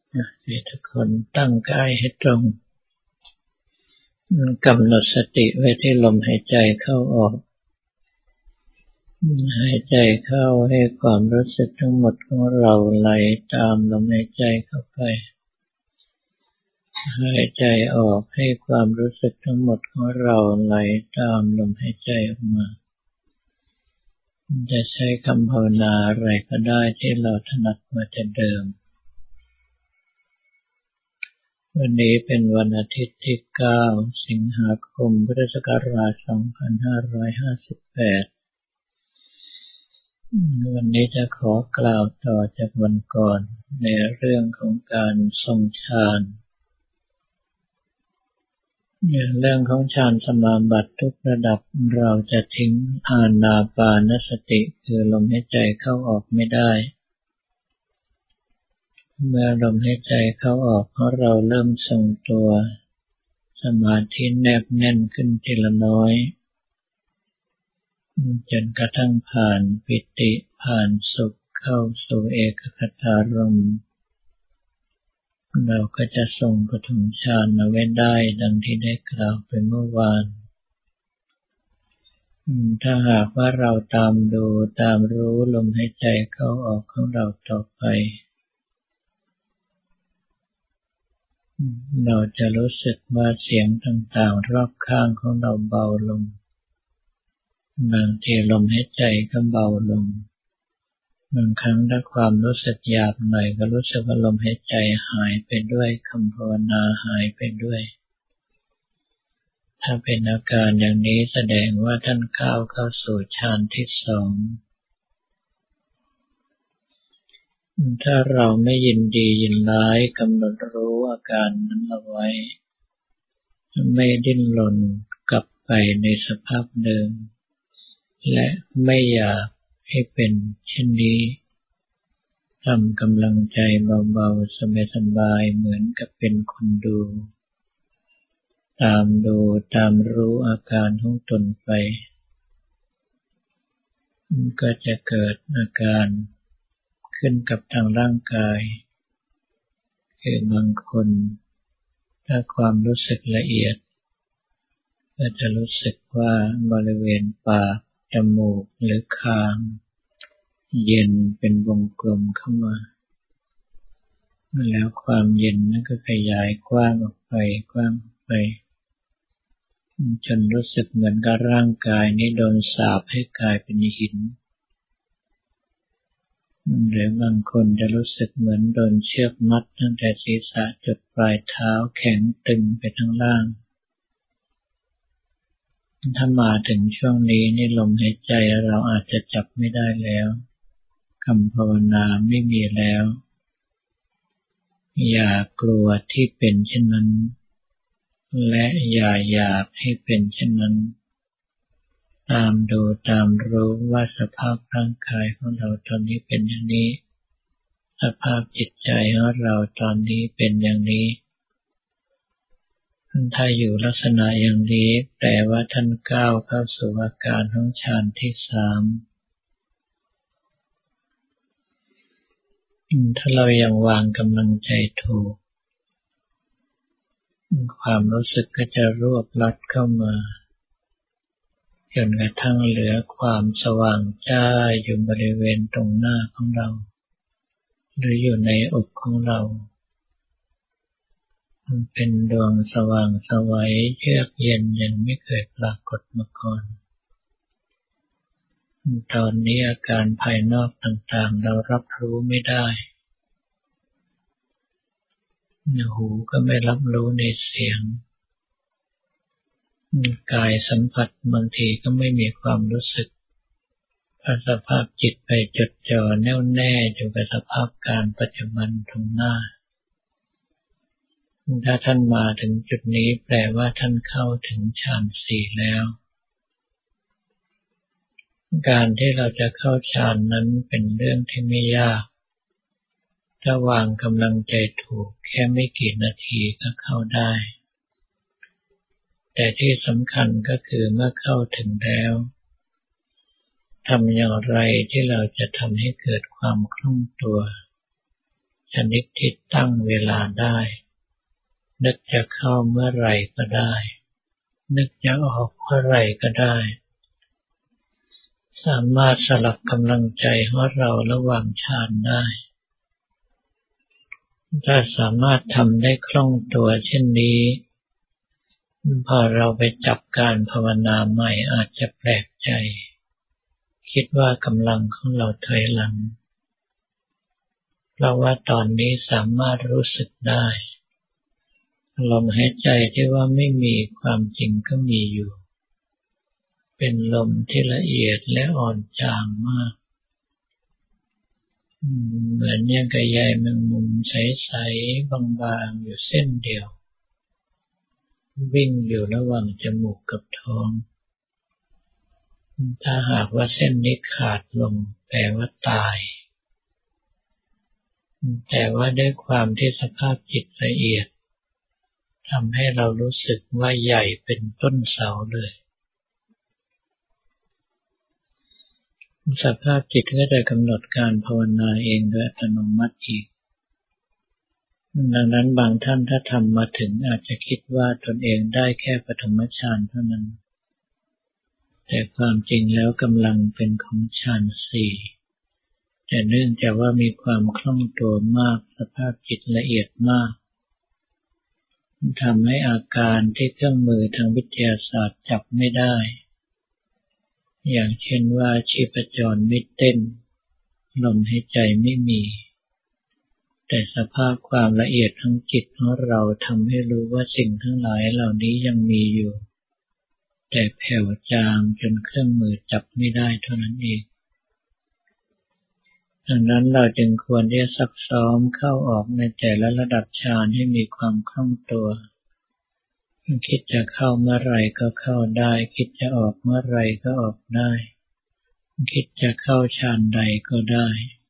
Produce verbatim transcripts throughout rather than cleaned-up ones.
ให้ทุกคนตั้งกายให้ตรงกำหนดสติไว้ที่ลมหายใจเข้าออกหายใจเข้าให้ความรู้สึกทั้งหมดของเราไหลตามลมหายใจเข้าไปหายใจออกให้ความรู้สึกทั้งหมดของเราไหลตามลมหายใจออกมาจะใช้คำภาวนาอะไรก็ได้ที่เราถนัดมาแต่เดิมวันนี้เป็นวันอาทิตย์ที่เก้าสิงหาคมพุทธศักราชสองพันห้าร้อยห้าสิบแปดวันนี้จะขอกล่าวต่อจากวันก่อนในเรื่องของการทรงฌานเรื่องของฌานสมาบัติทุกระดับเราจะทิ้งอานาปานสติคือลมหายใจเข้าออกไม่ได้เมื่อลมหายใจเข้าออกของเราเริ่มทรงตัวสมาธิแนบแน่นขึ้นทีละน้อยจนกระทั่งผ่านปิติผ่านสุขเข้าสู่เอกคตารมณ์เราก็จะทรงปฐมฌานเอาไว้ได้ดังที่ได้กล่าวไปเมื่อวานถ้าหากว่าเราตามดูตามรู้ลมหายใจเข้าออกของเราต่อไปเราจะรู้สึกว่าเสียงต่างๆรอบข้างของเราเบาลงบางทีลมหายใจก็เบาลงบางครั้งถ้าความรู้สึกหยาบหน่อยก็รู้สึกว่าลมหายใจหายไปด้วยคำภาวนาหายไปด้วยถ้าเป็นอาการอย่างนี้แสดงว่าท่านก้าวเข้าสู่ฌานที่สองถ้าเราไม่ยินดียินร้ายกำหนดรู้อาการนั้นเอาไว้ไม่ดิ้นรนกลับไปในสภาพเดิมและไม่อยากให้เป็นเช่นนี้ทำกำลังใจเบาๆสบายๆเหมือนกับเป็นคนดูตามดูตามรู้อาการของตนไปก็จะเกิดอาการขึ้นกับทางร่างกายคือบางคนถ้าความรู้สึกละเอียดก็จะรู้สึกว่าบริเวณปากจมูกหรือคางเย็นเป็นวงกลมเข้ามาแล้วความเย็นนั้นก็ขยายกว้างออกไปกว้างออกไปจนรู้สึกเหมือนกับร่างกายนี้โดนสาปให้กลายเป็นหินหรือบางคนจะรู้สึกเหมือนโดนเชือกมัดตั้งแต่ศีรษะจนปลายเท้าแข็งตึงไปทั้งล่างถ้ามาถึงช่วงนี้นี่ลมหายใจเราอาจจะจับไม่ได้แล้วคำภาวนาไม่มีแล้วอย่ากลัวที่เป็นเช่นนั้นและอย่าอยากให้เป็นเช่นนั้นตามดูตามรู้ว่าสภาพร่างกายของเราตอนนี้เป็นอย่างนี้สภาพจิตใจของเราตอนนี้เป็นอย่างนี้ถ้าอยู่ลักษณะอย่างนี้แปลว่าท่านก้าวเข้าสู่อาการของฌานที่สามถ้าเรายังวางกำลังใจถูกความรู้สึกก็จะรวบลัดเข้ามาจนกระทั่งเหลือความสว่างจ้าอยู่บริเวณตรงหน้าของเราหรืออยู่ในอกของเรามันเป็นดวงสว่างไสวเยือกเย็นยังไม่เคยปรากฏมาก่อนตอนนี้อาการภายนอกต่างๆเรารับรู้ไม่ได้หูก็ไม่รับรู้ในเสียงกายสัมผัสบางทีก็ไม่มีความรู้สึกสภาพจิตไปจดจ่อแน่วแน่อยู่กับสภาพการปัจจุบันตรงหน้าถ้าท่านมาถึงจุดนี้แปลว่าท่านเข้าถึงฌานสี่แล้วการที่เราจะเข้าฌานนั้นเป็นเรื่องที่ไม่ยากถ้าวางกำลังใจถูกแค่ไม่กี่นาทีก็เข้าได้แต่ที่สำคัญก็คือเมื่อเข้าถึงแล้วทำอย่างไรที่เราจะทำให้เกิดความคล่องตัวชนิดที่ตั้งเวลาได้นึกจะเข้าเมื่อไหร่ก็ได้นึกจะออกเมื่อไหร่ก็ได้สามารถสลับกำลังใจของเราระหว่างฌานได้ถ้าสามารถทำได้คล่องตัวเช่นนี้พอเราไปจับการภาวนาใหม่อาจจะแปลกใจคิดว่ากำลังของเราถอยหลังเพราะว่าตอนนี้สามารถรู้สึกได้ลมหายใจที่ว่าไม่มีความจริงก็มีอยู่เป็นลมที่ละเอียดและอ่อนจางมากเหมือนอย่างกับใยแมงมุมใสๆบางๆอยู่เส้นเดียววิ่งอยู่ระหว่างจมูกกับท้องถ้าหากว่าเส้นนี้ขาดลงแปลว่าตายแต่ว่าด้วยความที่สภาพจิตละเอียดทำให้เรารู้สึกว่าใหญ่เป็นต้นเสาเลยสภาพจิตก็จะกำหนดการภาวนาเองโดยอัตโนมัติอีกดังนั้นบางท่านถ้าทำมาถึงอาจจะคิดว่าตนเองได้แค่ปฐมฌานเท่านั้นแต่ความจริงแล้วกำลังเป็นของฌานสี่แต่เนื่องจากว่ามีความคล่องตัวมากสภาพจิตละเอียดมากทำให้อาการที่เครื่องมือทางวิทยาศาสตร์จับไม่ได้อย่างเช่นว่าชีพจรไม่เต้นลมหายใจไม่มีแต่สภาพความละเอียดของจิตของเราทำให้รู้ว่าสิ่งทั้งหลายเหล่านี้ยังมีอยู่แต่แผ่วจางจนเครื่องมือจับไม่ได้เท่านั้นเองดังนั้นเราจึงควรที่จะซักซ้อมเข้าออกในแต่ละระดับฌานให้มีความคล่องตัวคิดจะเข้าเมื่อไรก็เข้าได้คิดจะออกเมื่อไรก็ออกได้คิดจะเข้าฌานใดก็ได้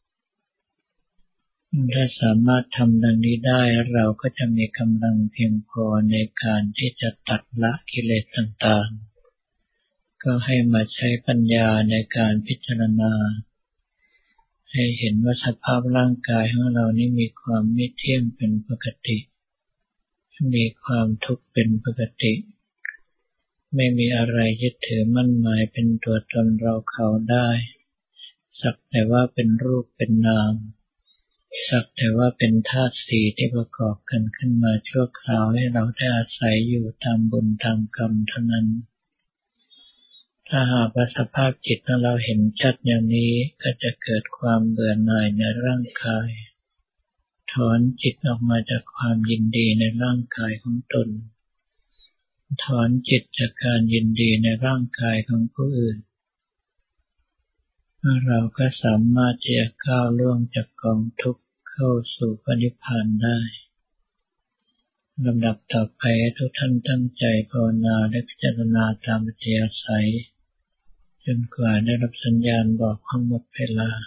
ถ้าสามารถทำดังนี้ได้เราก็จะมีกำลังเพียงพอในการที่จะตัดละกิเลสต่างๆก็ให้มาใช้ปัญญาในการพิจารณาให้เห็นว่าสภาพร่างกายของเรานี้มีความไม่เที่ยงเป็นปกติมีความทุกข์เป็นปกติไม่มีอะไรยึดถือมั่นหมายเป็นตัวตนเราเขาได้สักแต่ว่าเป็นรูปเป็นนามสักแต่ว่าเป็นธาตุสี่ที่ประกอบกันขึ้นมาชั่วคราวให้เราได้อาศัยอยู่ตามบุญตามกรรมเท่านั้นถ้าหากว่าสภาพจิตของเราเห็นชัดอย่างนี้ก็จะเกิดความเบื่อหน่ายในร่างกายถอนจิตออกมาจากความยินดีในร่างกายของตนถอนจิตจากการยินดีในร่างกายของผู้อื่นเราก็สามารถที่จะก้าวล่วงจากกองทุกข์เข้าสู่พระนิพพานได้ลำดับต่อไปทุกท่านตั้งใจภาวนาและพิจารณาตามอัธยาศัยจนกว่าได้รับสัญญาณบอกว่าหมดเวลา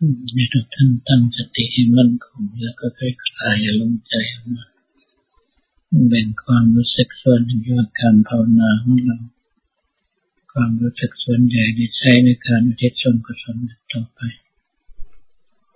ให้ทุกท่านตั้งสติให้มั่นคงแล้วก็ค่อยคลายอารมณ์ใจออกมาแบ่งความรู้สึกส่วนหนึ่งอยู่กับการภาวนาของเราความรู้สึกส่วนใหญ่ได้ใช้ในการอุทิศส่วนกุศลต่อไป